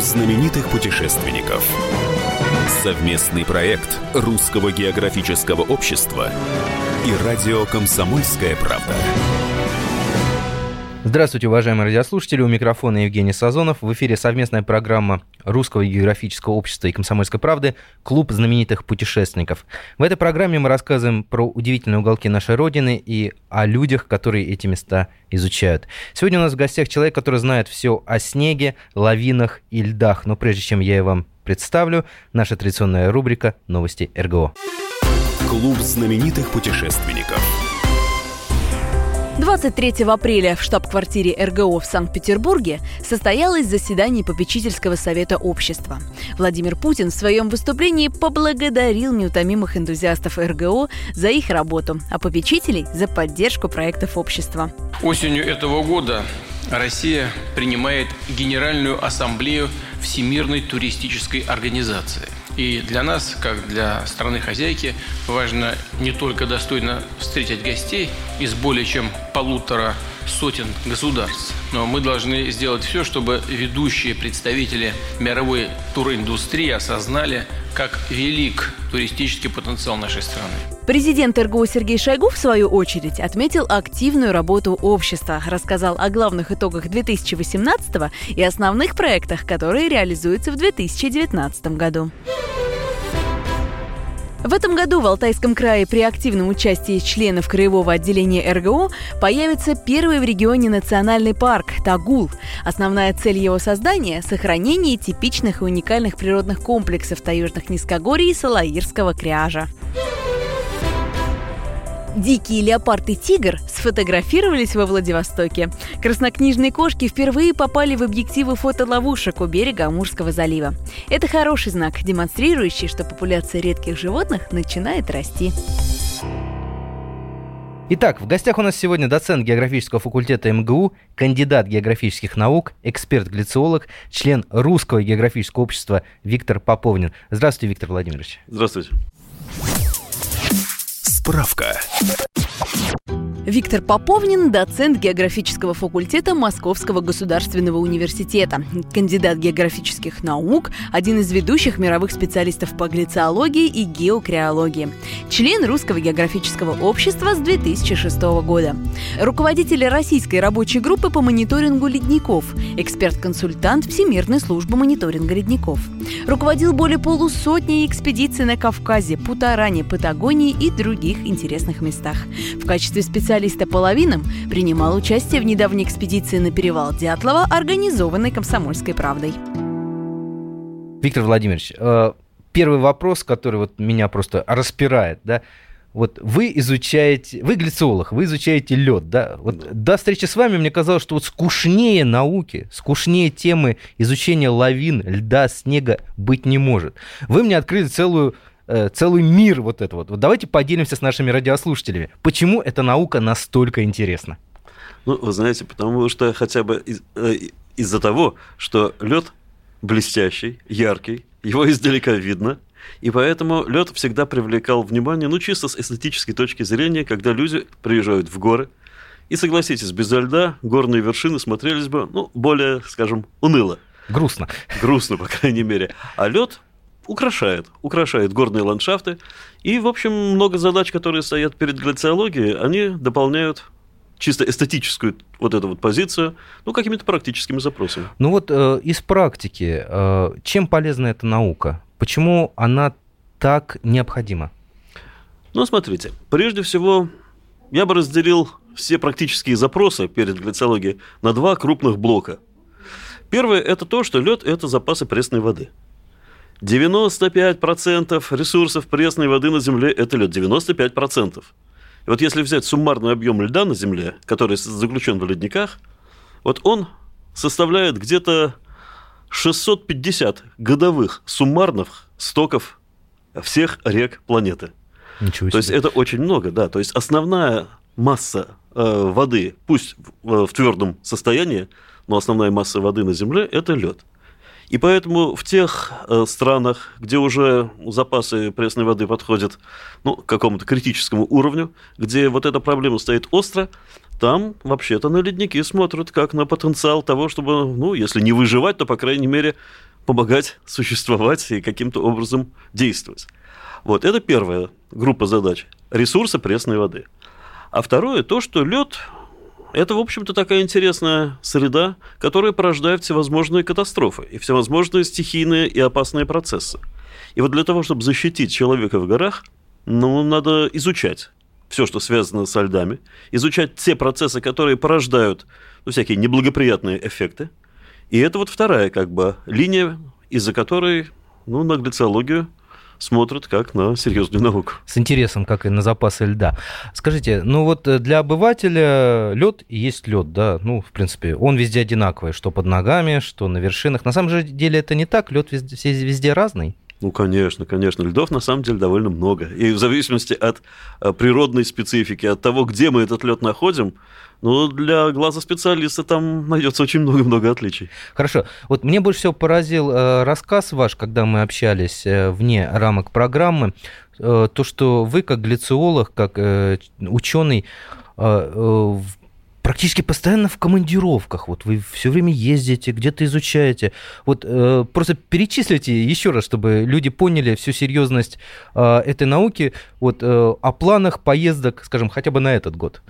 знаменитых путешественников. Совместный проект Русского географического общества и радио «Комсомольская правда». Здравствуйте, уважаемые радиослушатели. У микрофона Евгений Сазонов. В эфире совместная программа Русского географического общества и «Комсомольской правды» «Клуб знаменитых путешественников». В этой программе мы рассказываем про удивительные уголки нашей Родины и о людях, которые эти места изучают. Сегодня у нас в гостях человек, который знает все о снеге, лавинах и льдах. Но прежде чем я вам представлю, наша традиционная рубрика «Новости РГО». Клуб знаменитых путешественников. 23 апреля в штаб-квартире РГО в Санкт-Петербурге состоялось заседание попечительского совета общества. Владимир Путин в своем выступлении поблагодарил неутомимых энтузиастов РГО за их работу, а попечителей за поддержку проектов общества. Осенью этого года Россия принимает Генеральную ассамблею Всемирной туристической организации. И для нас, как для страны-хозяйки, важно не только достойно встретить гостей из более чем 1,5 сотен государств, но мы должны сделать все, чтобы ведущие представители мировой туриндустрии осознали, как велик туристический потенциал нашей страны. Президент РГО Сергей Шойгу, в свою очередь, отметил активную работу общества, рассказал о главных итогах 2018 и основных проектах, которые реализуются в 2019 году. В этом году в Алтайском крае при активном участии членов краевого отделения РГО появится первый в регионе национальный парк Тагул. Основная цель его создания – сохранение типичных и уникальных природных комплексов таежных низкогорий и Салаирского кряжа. Дикий леопард и тигр сфотографировались во Владивостоке. Краснокнижные кошки впервые попали в объективы фотоловушек у берега Амурского залива. Это хороший знак, демонстрирующий, что популяция редких животных начинает расти. Итак, в гостях у нас сегодня доцент географического факультета МГУ, кандидат географических наук, эксперт-гляциолог, член Русского географического общества Виктор Поповнин. Здравствуйте, Виктор Владимирович. Здравствуйте. Справка. Виктор Поповнин – доцент географического факультета Московского государственного университета, кандидат географических наук, один из ведущих мировых специалистов по гляциологии и геокриологии, член Русского географического общества с 2006 года, руководитель российской рабочей группы по мониторингу ледников, эксперт-консультант Всемирной службы мониторинга ледников, руководил более полусотни экспедиций на Кавказе, Путаране, Патагонии и других интересных местах. В качестве специалиста по лавинам принимал участие в недавней экспедиции на перевал Дятлова, организованной «Комсомольской правдой». Виктор Владимирович, первый вопрос, который вот меня просто распирает, да, вот вы гляциолог, вы изучаете лед, да, вот до встречи с вами мне казалось, что вот скучнее науки, скучнее темы изучения лавин, льда, снега быть не может. Вы мне открыли целый мир вот этого. Вот давайте поделимся с нашими радиослушателями. Почему эта наука настолько интересна? Ну, вы знаете, потому что хотя бы из-за того, что лед блестящий, яркий, его издалека видно, и поэтому лед всегда привлекал внимание, чисто с эстетической точки зрения, когда люди приезжают в горы. И согласитесь, без льда горные вершины смотрелись бы, более, скажем, уныло. Грустно. Грустно, по крайней мере. А лед украшает горные ландшафты. И, в общем, много задач, которые стоят перед гляциологией, они дополняют чисто эстетическую вот эту вот позицию, какими-то практическими запросами. Из практики, чем полезна эта наука? Почему она так необходима? Смотрите, прежде всего, я бы разделил все практические запросы перед гляциологией на два крупных блока. Первое – это то, что лед – это запасы пресной воды. 95% ресурсов пресной воды на Земле – это лед, 95%. И вот если взять суммарный объем льда на Земле, который заключен в ледниках, вот он составляет где-то 650 годовых суммарных стоков всех рек планеты. Ничего себе. То есть это очень много, да. То есть основная масса воды, пусть в твердом состоянии, но основная масса воды на Земле – это лед. И поэтому в тех странах, где уже запасы пресной воды подходят к какому-то критическому уровню, где вот эта проблема стоит остро, там вообще-то на ледники смотрят как на потенциал того, чтобы, если не выживать, то, по крайней мере, помогать существовать и каким-то образом действовать. Вот, это первая группа задач – ресурсы пресной воды. А второе – то, что лед – это, в общем-то, такая интересная среда, которая порождает всевозможные катастрофы и всевозможные стихийные и опасные процессы. И вот для того, чтобы защитить человека в горах, надо изучать все, что связано со льдами, изучать те процессы, которые порождают всякие неблагоприятные эффекты. И это вот вторая линия, из-за которой на гляциологию смотрят как на серьезную науку. С интересом, как и на запасы льда. Скажите, для обывателя лед и есть лед, да? В принципе, он везде одинаковый, что под ногами, что на вершинах. На самом же деле это не так, лед везде разный. Конечно. Льдов на самом деле довольно много. И в зависимости от природной специфики, от того, где мы этот лед находим, для глаза специалиста там найдется очень много отличий. Хорошо. Вот мне больше всего поразил рассказ ваш, когда мы общались вне рамок программы, то, что вы, как гляциолог, как ученый, практически постоянно в командировках. Вот вы все время ездите, где-то изучаете. Вот просто перечислите еще раз, чтобы люди поняли всю серьезность этой науки, о планах поездок, скажем, хотя бы на этот год.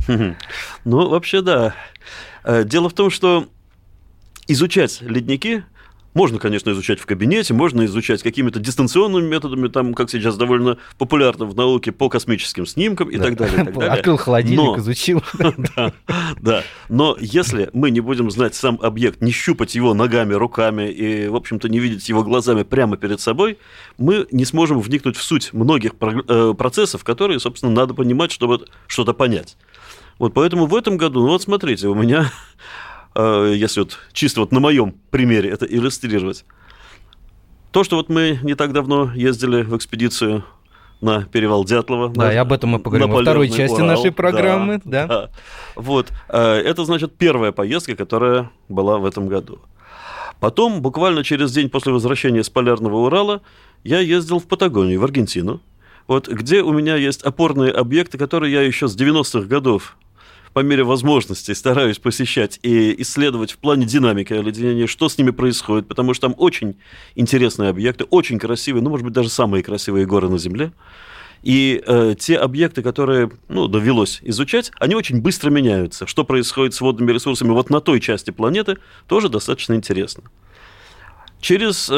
Вообще, да. Дело в том, что изучать ледники можно, конечно, изучать в кабинете, можно изучать какими-то дистанционными методами, там, как сейчас довольно популярно в науке, по космическим снимкам и так далее. Открыл холодильник, изучил. Да. Но если мы не будем знать сам объект, не щупать его ногами, руками и, в общем-то, не видеть его глазами прямо перед собой, мы не сможем вникнуть в суть многих процессов, которые, собственно, надо понимать, чтобы что-то понять. Вот поэтому в этом году, смотрите, у меня... если чисто на моем примере это иллюстрировать. То, что мы не так давно ездили в экспедицию на перевал Дятлова. Да, и об этом мы поговорим во второй части нашей программы. Да. Вот. Это, значит, первая поездка, которая была в этом году. Потом, буквально через день после возвращения с Полярного Урала, я ездил в Патагонию, в Аргентину, где у меня есть опорные объекты, которые я еще с 90-х годов по мере возможностей стараюсь посещать и исследовать в плане динамики оледенения, что с ними происходит, потому что там очень интересные объекты, очень красивые, может быть, даже самые красивые горы на Земле. И те объекты, которые довелось изучать, они очень быстро меняются. Что происходит с водными ресурсами на той части планеты, тоже достаточно интересно. Через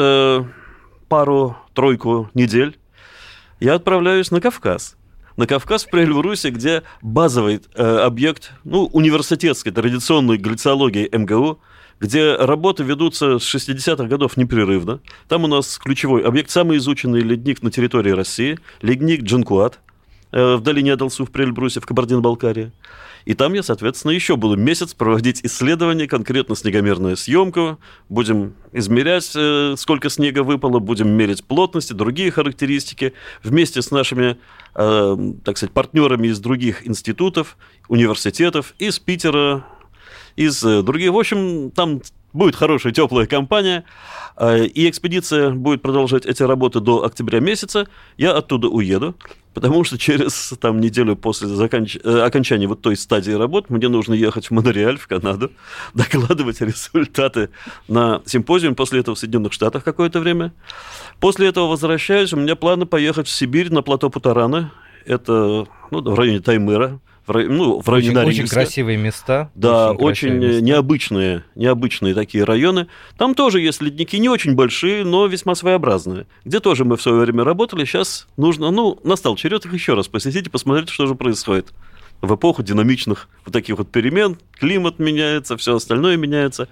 пару-тройку недель я отправляюсь на Кавказ. На Кавказ, в Приэльбрусе, где базовый объект университетской традиционной гляциологии МГУ, где работы ведутся с 60-х годов непрерывно. Там у нас ключевой объект, самый изученный ледник на территории России, ледник Джанкуат в долине Адалсу в Приэльбрусе, в Кабардино-Балкарии. И там я, соответственно, еще буду месяц проводить исследования, конкретно снегомерную съемку. Будем измерять, сколько снега выпало, будем мерить плотность и другие характеристики. Вместе с нашими, так сказать, партнерами из других институтов, университетов, из Питера, из других. В общем, там будет хорошая, теплая компания. И экспедиция будет продолжать эти работы до октября месяца. Я оттуда уеду, потому что через неделю после окончания той стадии работ мне нужно ехать в Монреаль, в Канаду, докладывать результаты на симпозиум, после этого в Соединенных Штатах какое-то время. После этого возвращаюсь, у меня планы поехать в Сибирь на плато Путараны, это в районе Таймыра, в районе Норильска. Очень красивые места. Да, очень необычные такие районы. Там тоже есть ледники, не очень большие, но весьма своеобразные, где тоже мы в свое время работали. Сейчас нужно, настал черед их еще раз посетить и посмотреть, что же происходит. В эпоху динамичных таких перемен, климат меняется, все остальное меняется.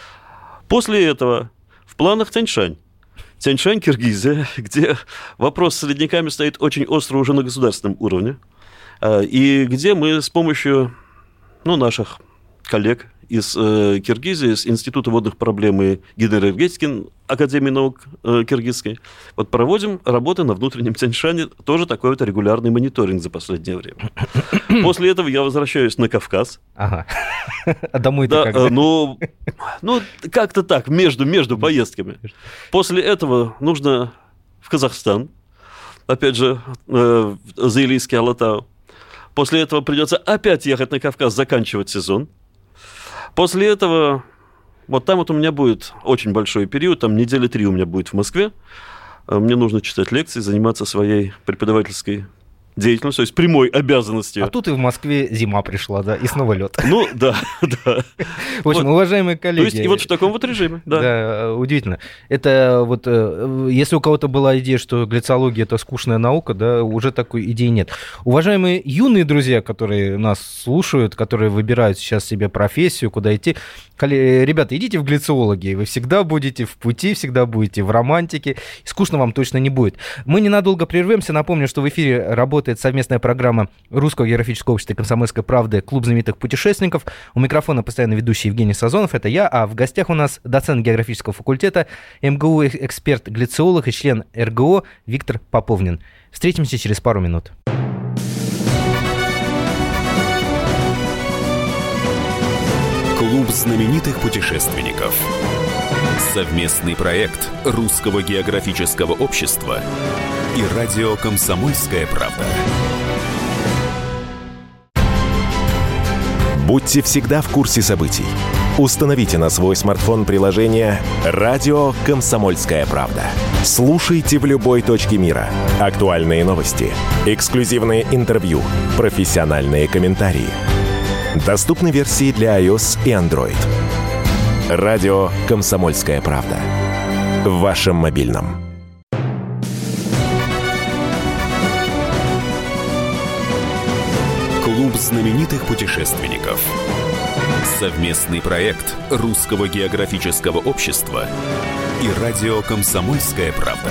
После этого в планах Тянь-Шань. Тянь-Шань, Киргизия, где вопрос с ледниками стоит очень остро уже на государственном уровне. И где мы с помощью наших коллег из Киргизии, из Института водных проблем и гидроэнергетики Академии наук Киргизской, проводим работы на внутреннем Тянь-Шане, тоже такой регулярный мониторинг за последнее время. После этого я возвращаюсь на Кавказ. Ага. А домой-то когда? Как-то так, между поездками. После этого нужно в Казахстан, опять же, Заилийский Алатау. После этого придется опять ехать на Кавказ, заканчивать сезон. После этого Вот там вот у меня будет очень большой период, там недели 3 у меня будет в Москве. Мне нужно читать лекции, заниматься своей преподавательской деятельностью, то есть прямой обязанностью. А тут и в Москве зима пришла, да, и снова лед. Ну, да, да. В общем, уважаемые коллеги... То есть и вот в таком вот режиме, да. Да, удивительно. Это вот, если у кого-то была идея, что глицология – это скучная наука, да, уже такой идеи нет. Уважаемые юные друзья, которые нас слушают, которые выбирают сейчас себе профессию, куда идти, ребята, идите в глицологии, вы всегда будете в пути, всегда будете в романтике, и скучно вам точно не будет. Мы ненадолго прервемся, напомню, что в эфире работает совместная программа Русского географического общества и «Комсомольской правды» «Клуб знаменитых путешественников». У микрофона постоянно ведущий Евгений Сазонов, это я, а в гостях у нас доцент географического факультета МГУ, эксперт-глициолог и член РГО Виктор Поповнин. Встретимся через пару минут. Клуб знаменитых путешественников. Совместный проект Русского географического общества и радио «Комсомольская правда». Будьте всегда в курсе событий. Установите на свой смартфон приложение «Радио Комсомольская правда». Слушайте в любой точке мира. Актуальные новости, эксклюзивные интервью, профессиональные комментарии. Доступны версии для iOS и Android. «Радио Комсомольская правда». В вашем мобильном. Клуб знаменитых путешественников. Совместный проект Русского географического общества и радио «Комсомольская правда».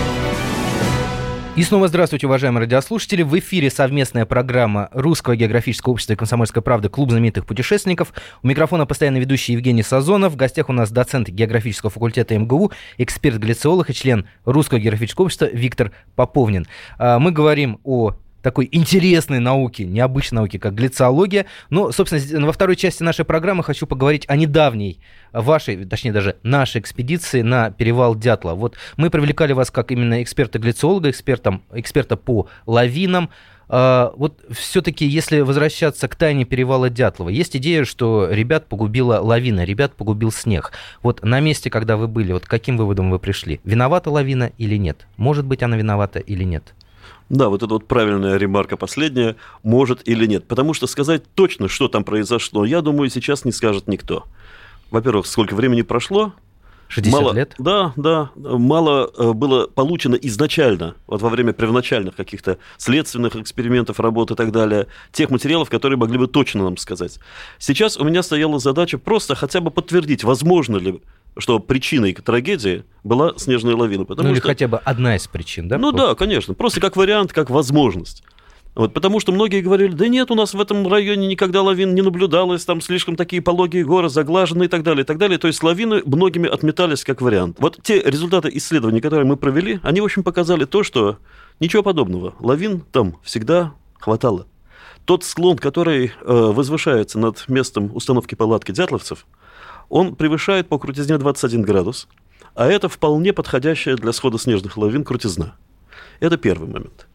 И снова здравствуйте, уважаемые радиослушатели. В эфире совместная программа Русского географического общества и «Комсомольской правды» «Клуб знаменитых путешественников». У микрофона постоянно ведущий Евгений Сазонов. В гостях у нас доцент географического факультета МГУ, эксперт-глициолог и член Русского географического общества Виктор Поповнин. Мы говорим о такой интересной науке, необычной науке, как глициология. Но, собственно, во второй части нашей программы хочу поговорить о недавней вашей, точнее даже нашей экспедиции на перевал Дятлова. Вот мы привлекали вас как именно эксперта-глициолога, эксперта по лавинам. Вот все-таки, если возвращаться к тайне перевала Дятлова, есть идея, что ребят погубила лавина, ребят погубил снег. Вот на месте, когда вы были, вот к каким выводам вы пришли? Виновата лавина или нет? Может быть, она виновата или нет? Да, вот это вот правильная ремарка последняя, может или нет. Потому что сказать точно, что там произошло, я думаю, сейчас не скажет никто. Во-первых, сколько времени прошло? 60 лет? Да, мало было получено изначально, вот во время первоначальных каких-то следственных экспериментов, работ и так далее, тех материалов, которые могли бы точно нам сказать. Сейчас у меня стояла задача просто хотя бы подтвердить, возможно ли, что причиной трагедии была снежная лавина. Или хотя бы одна из причин, да? Ну да, конечно, просто как вариант, как возможность. Вот, потому что многие говорили, да нет, у нас в этом районе никогда лавин не наблюдалось, там слишком такие пологие горы, заглаженные и так далее, и так далее. То есть лавины многими отметались как вариант. Вот те результаты исследований, которые мы провели, они, в общем, показали то, что ничего подобного. Лавин там всегда хватало. Тот склон, который возвышается над местом установки палатки дятловцев, он превышает по крутизне 21 градус, а это вполне подходящая для схода снежных лавин крутизна. Это первый момент.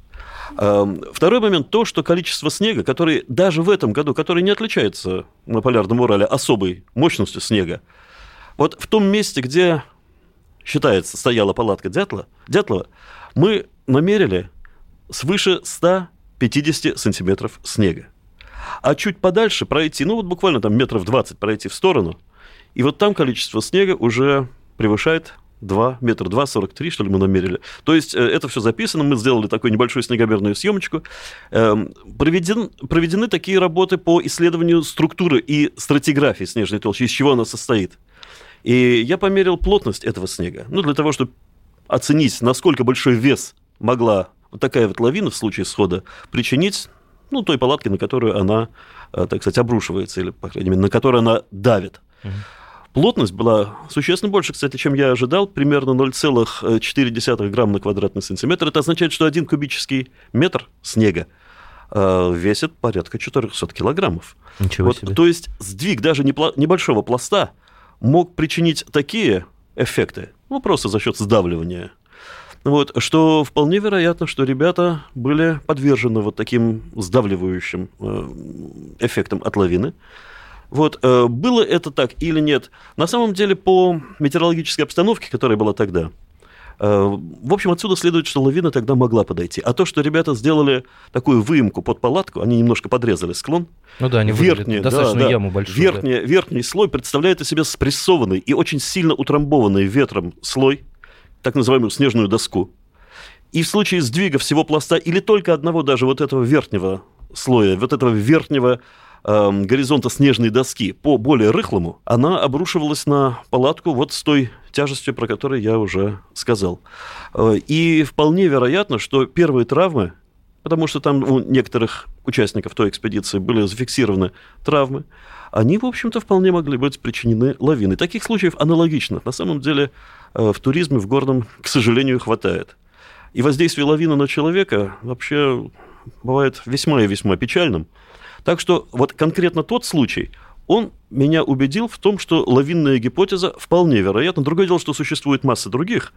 Второй момент – то, что количество снега, который даже в этом году, который не отличается на Полярном Урале особой мощностью снега, вот в том месте, где, считается, стояла палатка Дятлова, мы намерили свыше 150 сантиметров снега. А чуть подальше пройти, ну вот буквально там метров 20 пройти в сторону, и вот там количество снега уже превышает 2 метра, 2,43, что ли, мы намерили. То есть это все записано, мы сделали такую небольшую снегомерную съемочку. Проведены такие работы по исследованию структуры и стратиграфии снежной толщи, из чего она состоит. И я померил плотность этого снега, ну, для того, чтобы оценить, насколько большой вес могла вот такая вот лавина в случае схода причинить, ну, той палатке, на которую она, так сказать, обрушивается, или, по крайней мере, на которую она давит. Плотность была существенно больше, кстати, чем я ожидал, примерно 0,4 грамма на квадратный сантиметр. Это означает, что 1 кубический метр снега весит порядка 400 килограммов. Ничего себе. То есть сдвиг даже небольшого пласта мог причинить такие эффекты, ну, просто за счет сдавливания, вот, что вполне вероятно, что ребята были подвержены вот таким сдавливающим эффектам от лавины. Вот, было это так или нет? На самом деле, по метеорологической обстановке, которая была тогда, в общем, отсюда следует, что лавина тогда могла подойти. А то, что ребята сделали такую выемку под палатку, они немножко подрезали склон. Ну да, они выделили достаточно яму большую. Верхний слой представляет из себя спрессованный и очень сильно утрамбованный ветром слой, так называемую снежную доску. И в случае сдвига всего пласта или только одного даже вот этого верхнего слоя, вот этого верхнего горизонта снежной доски по более рыхлому, она обрушивалась на палатку вот с той тяжестью, про которую я уже сказал. И вполне вероятно, что первые травмы, потому что там у некоторых участников той экспедиции были зафиксированы травмы, они, в общем-то, вполне могли быть причинены лавиной. Таких случаев аналогичных на самом деле в туризме, в горном, к сожалению, хватает. И воздействие лавины на человека вообще бывает весьма и весьма печальным. Так что вот конкретно тот случай, он меня убедил в том, что лавинная гипотеза вполне вероятна. Другое дело, что существует масса других,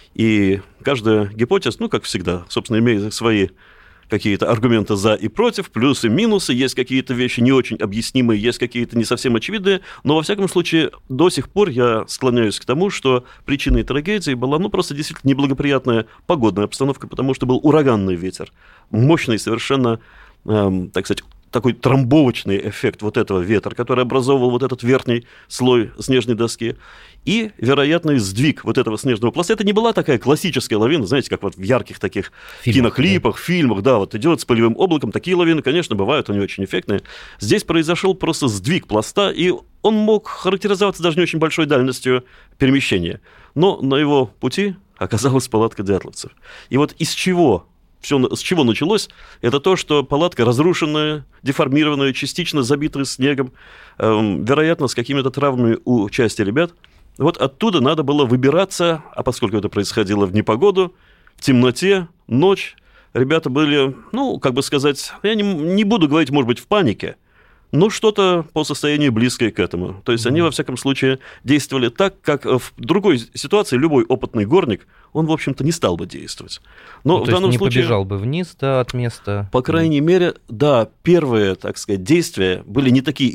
и каждая гипотеза, ну, как всегда, собственно, имеет свои какие-то аргументы за и против, плюсы, минусы, есть какие-то вещи не очень объяснимые, есть какие-то не совсем очевидные, но, во всяком случае, до сих пор я склоняюсь к тому, что причиной трагедии была, ну, просто действительно неблагоприятная погодная обстановка, потому что был ураганный ветер, мощный совершенно, так сказать, такой тромбовочный эффект вот этого ветра, который образовывал вот этот верхний слой снежной доски, и вероятный сдвиг вот этого снежного пласта. Это не была такая классическая лавина, знаете, как вот в ярких таких киноклипах, фильмах, да, вот идет с пылевым облаком. Такие лавины, конечно, бывают, они очень эффектные. Здесь произошел просто сдвиг пласта, и он мог характеризоваться даже не очень большой дальностью перемещения. Но на его пути оказалась палатка дятловцев. И вот из чего... Все, с чего началось, это то, что палатка разрушенная, деформированная, частично забитая снегом, вероятно, с какими-то травмами у части ребят. Вот оттуда надо было выбираться, а поскольку это происходило в непогоду, в темноте, ночь, ребята были, ну, как бы сказать, я не буду говорить, может быть, в панике, но что-то по состоянию близкое к этому. То есть они, во всяком случае, действовали так, как в другой ситуации любой опытный горник, он, в общем-то, не стал бы действовать. Но ну, в данном не случае... побежал бы вниз, да, от места. По крайней мере, да, первые, так сказать, действия были бы не такие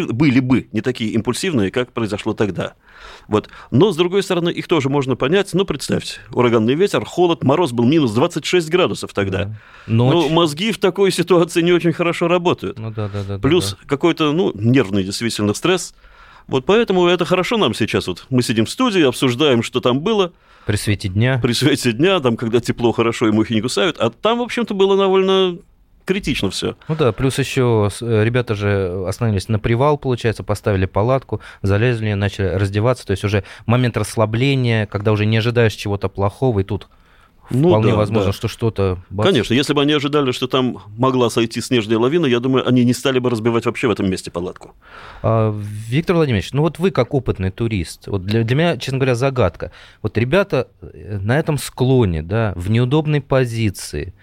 импульсивные, как произошло тогда. Вот. Но, с другой стороны, их тоже можно понять. Ну, представьте, ураганный ветер, холод, мороз был минус 26 градусов тогда. Да. Ну, мозги в такой ситуации не очень хорошо работают. Ну, да. Плюс какой-то, ну, нервный действительно стресс. Вот поэтому это хорошо нам сейчас. Вот мы сидим в студии, обсуждаем, что там было. При свете дня. При свете дня, там, когда тепло, хорошо, и мухи не кусают. А там, в общем-то, было довольно... критично все. Ну да, плюс еще ребята же остановились на привал, получается, поставили палатку, залезли, начали раздеваться, то есть уже момент расслабления, когда уже не ожидаешь чего-то плохого, и тут вполне возможно, что что-то... Конечно, если бы они ожидали, что там могла сойти снежная лавина, я думаю, они не стали бы разбивать вообще в этом месте палатку. Виктор Владимирович, ну вот вы как опытный турист, вот для меня, честно говоря, загадка. Вот ребята на этом склоне, да, в неудобной позиции,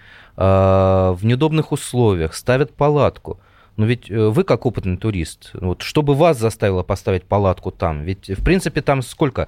в неудобных условиях, ставят палатку. Но ведь вы, как опытный турист, вот, что бы вас заставило поставить палатку там? Ведь, в принципе, там сколько?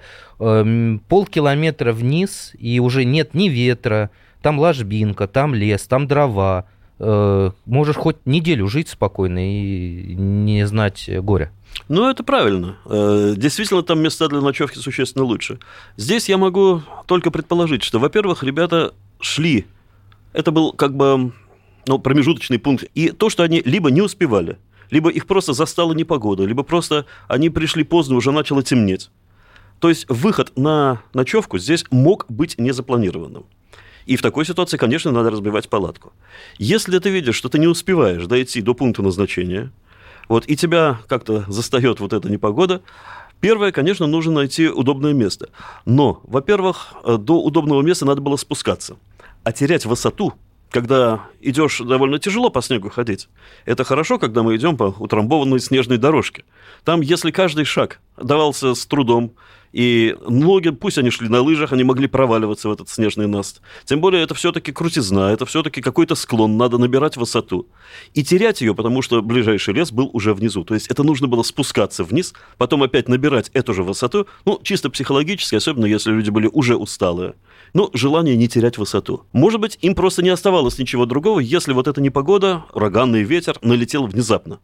Полкилометра вниз, и уже нет ни ветра, там ложбинка, там лес, там дрова. Можешь хоть неделю жить спокойно и не знать горя. Ну, это правильно. Действительно, там места для ночевки существенно лучше. Здесь я могу только предположить, что, во-первых, ребята шли. Это был как бы промежуточный пункт. И то, что они либо не успевали, либо их просто застала непогода, либо просто они пришли поздно, уже начало темнеть. То есть выход на ночевку здесь мог быть незапланированным. И в такой ситуации, конечно, надо разбивать палатку. Если ты видишь, что ты не успеваешь дойти до пункта назначения, вот, и тебя как-то застает вот эта непогода, первое, конечно, нужно найти удобное место. Но, во-первых, до удобного места надо было спускаться. А терять высоту, когда идешь довольно тяжело по снегу ходить, это хорошо, когда мы идем по утрамбованной снежной дорожке. Там, если каждый шаг давался с трудом, и ноги, пусть они шли на лыжах, они могли проваливаться в этот снежный наст. Тем более, это все-таки крутизна, это все-таки какой-то склон, надо набирать высоту. И терять ее, потому что ближайший лес был уже внизу. То есть это нужно было спускаться вниз, потом опять набирать эту же высоту, чисто психологически, особенно если люди были уже усталые. Желание не терять высоту. Может быть, им просто не оставалось ничего другого, если вот эта непогода, ураганный ветер налетел внезапно.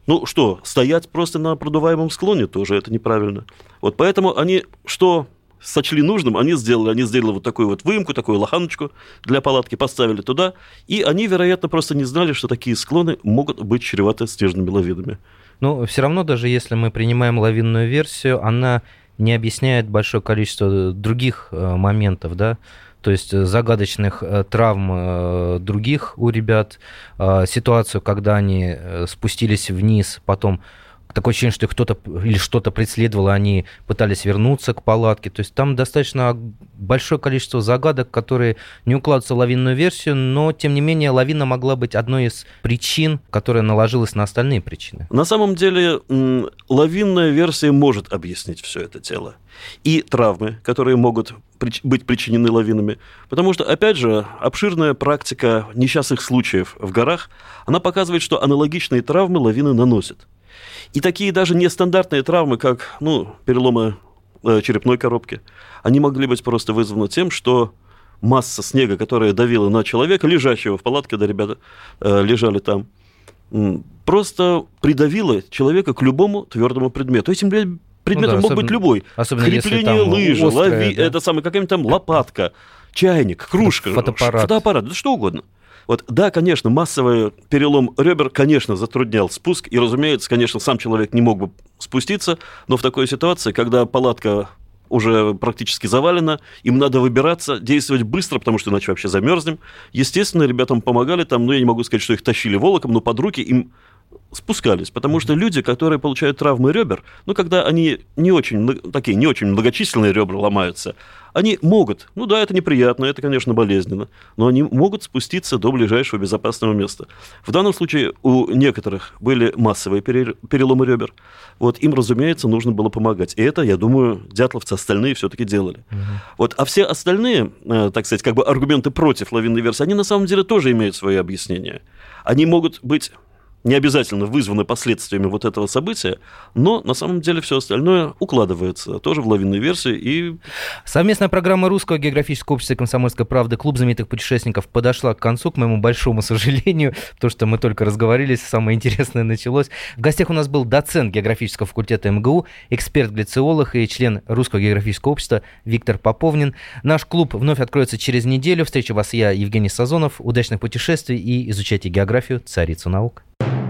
Ну что, стоять просто на продуваемом склоне тоже это неправильно. Вот поэтому они что сочли нужным, они сделали вот такую вот выемку, такую лоханочку для палатки, поставили туда, и они, вероятно, просто не знали, что такие склоны могут быть чреваты снежными лавинами. Но все равно, даже если мы принимаем лавинную версию, она не объясняет большое количество других моментов, да, то есть загадочных травм других у ребят, ситуацию, когда они спустились вниз, потом такое ощущение, что их кто-то или что-то преследовало, они пытались вернуться к палатке. То есть там достаточно большое количество загадок, которые не укладываются в лавинную версию, но, тем не менее, лавина могла быть одной из причин, которая наложилась на остальные причины. На самом деле, лавинная версия может объяснить все это дело. И травмы, которые могут быть причинены лавинами. Потому что, опять же, обширная практика несчастных случаев в горах, она показывает, что аналогичные травмы лавины наносят. И такие даже нестандартные травмы, как переломы черепной коробки, они могли быть просто вызваны тем, что масса снега, которая давила на человека, лежащего в палатке, да, ребята лежали там, просто придавила человека к любому твердому предмету. Этим предметом мог быть любой. Крепление лыжи, это самое, какая-нибудь там лопатка, чайник, кружка, фотоаппарат, да что угодно. Вот, да, конечно, массовый перелом ребер, конечно, затруднял спуск, и, разумеется, конечно, сам человек не мог бы спуститься, но в такой ситуации, когда палатка уже практически завалена, им надо выбираться, действовать быстро, потому что иначе вообще замерзнем. Естественно, ребятам помогали там, я не могу сказать, что их тащили волоком, но под руки им спускались, потому что люди, которые получают травмы ребер, когда они не очень многочисленные ребра ломаются, они могут, это неприятно, это, конечно, болезненно, но они могут спуститься до ближайшего безопасного места. В данном случае у некоторых были массовые переломы ребер, им, разумеется, нужно было помогать. И это, я думаю, дятловцы остальные все-таки делали. А все остальные, так сказать, аргументы против лавинной версии, они на самом деле тоже имеют свои объяснения. Они могут быть не обязательно вызваны последствиями этого события, но на самом деле все остальное укладывается тоже в лавинную версию. И... Совместная программа Русского географического общества «Комсомольская правда» «Клуб знаменитых путешественников» подошла к концу, к моему большому сожалению, потому что мы только разговорились, самое интересное началось. В гостях у нас был доцент географического факультета МГУ, эксперт-гляциолог и член Русского географического общества Виктор Поповнин. Наш клуб вновь откроется через неделю. Встречу вас я, Евгений Сазонов. Удачных путешествий и изучайте географию, царицу наук.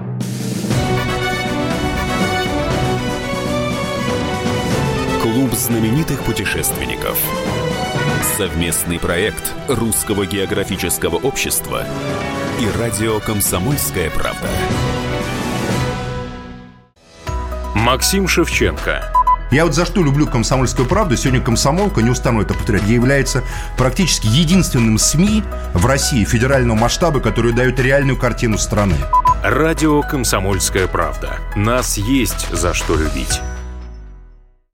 Клуб знаменитых путешественников. Совместный проект Русского географического общества и радио «Комсомольская правда». Максим Шевченко. Я за что люблю «Комсомольскую правду». Сегодня «Комсомолка», не устану это повторять, является практически единственным СМИ в России федерального масштаба, который дает реальную картину страны. Радио «Комсомольская правда». Нас есть за что любить.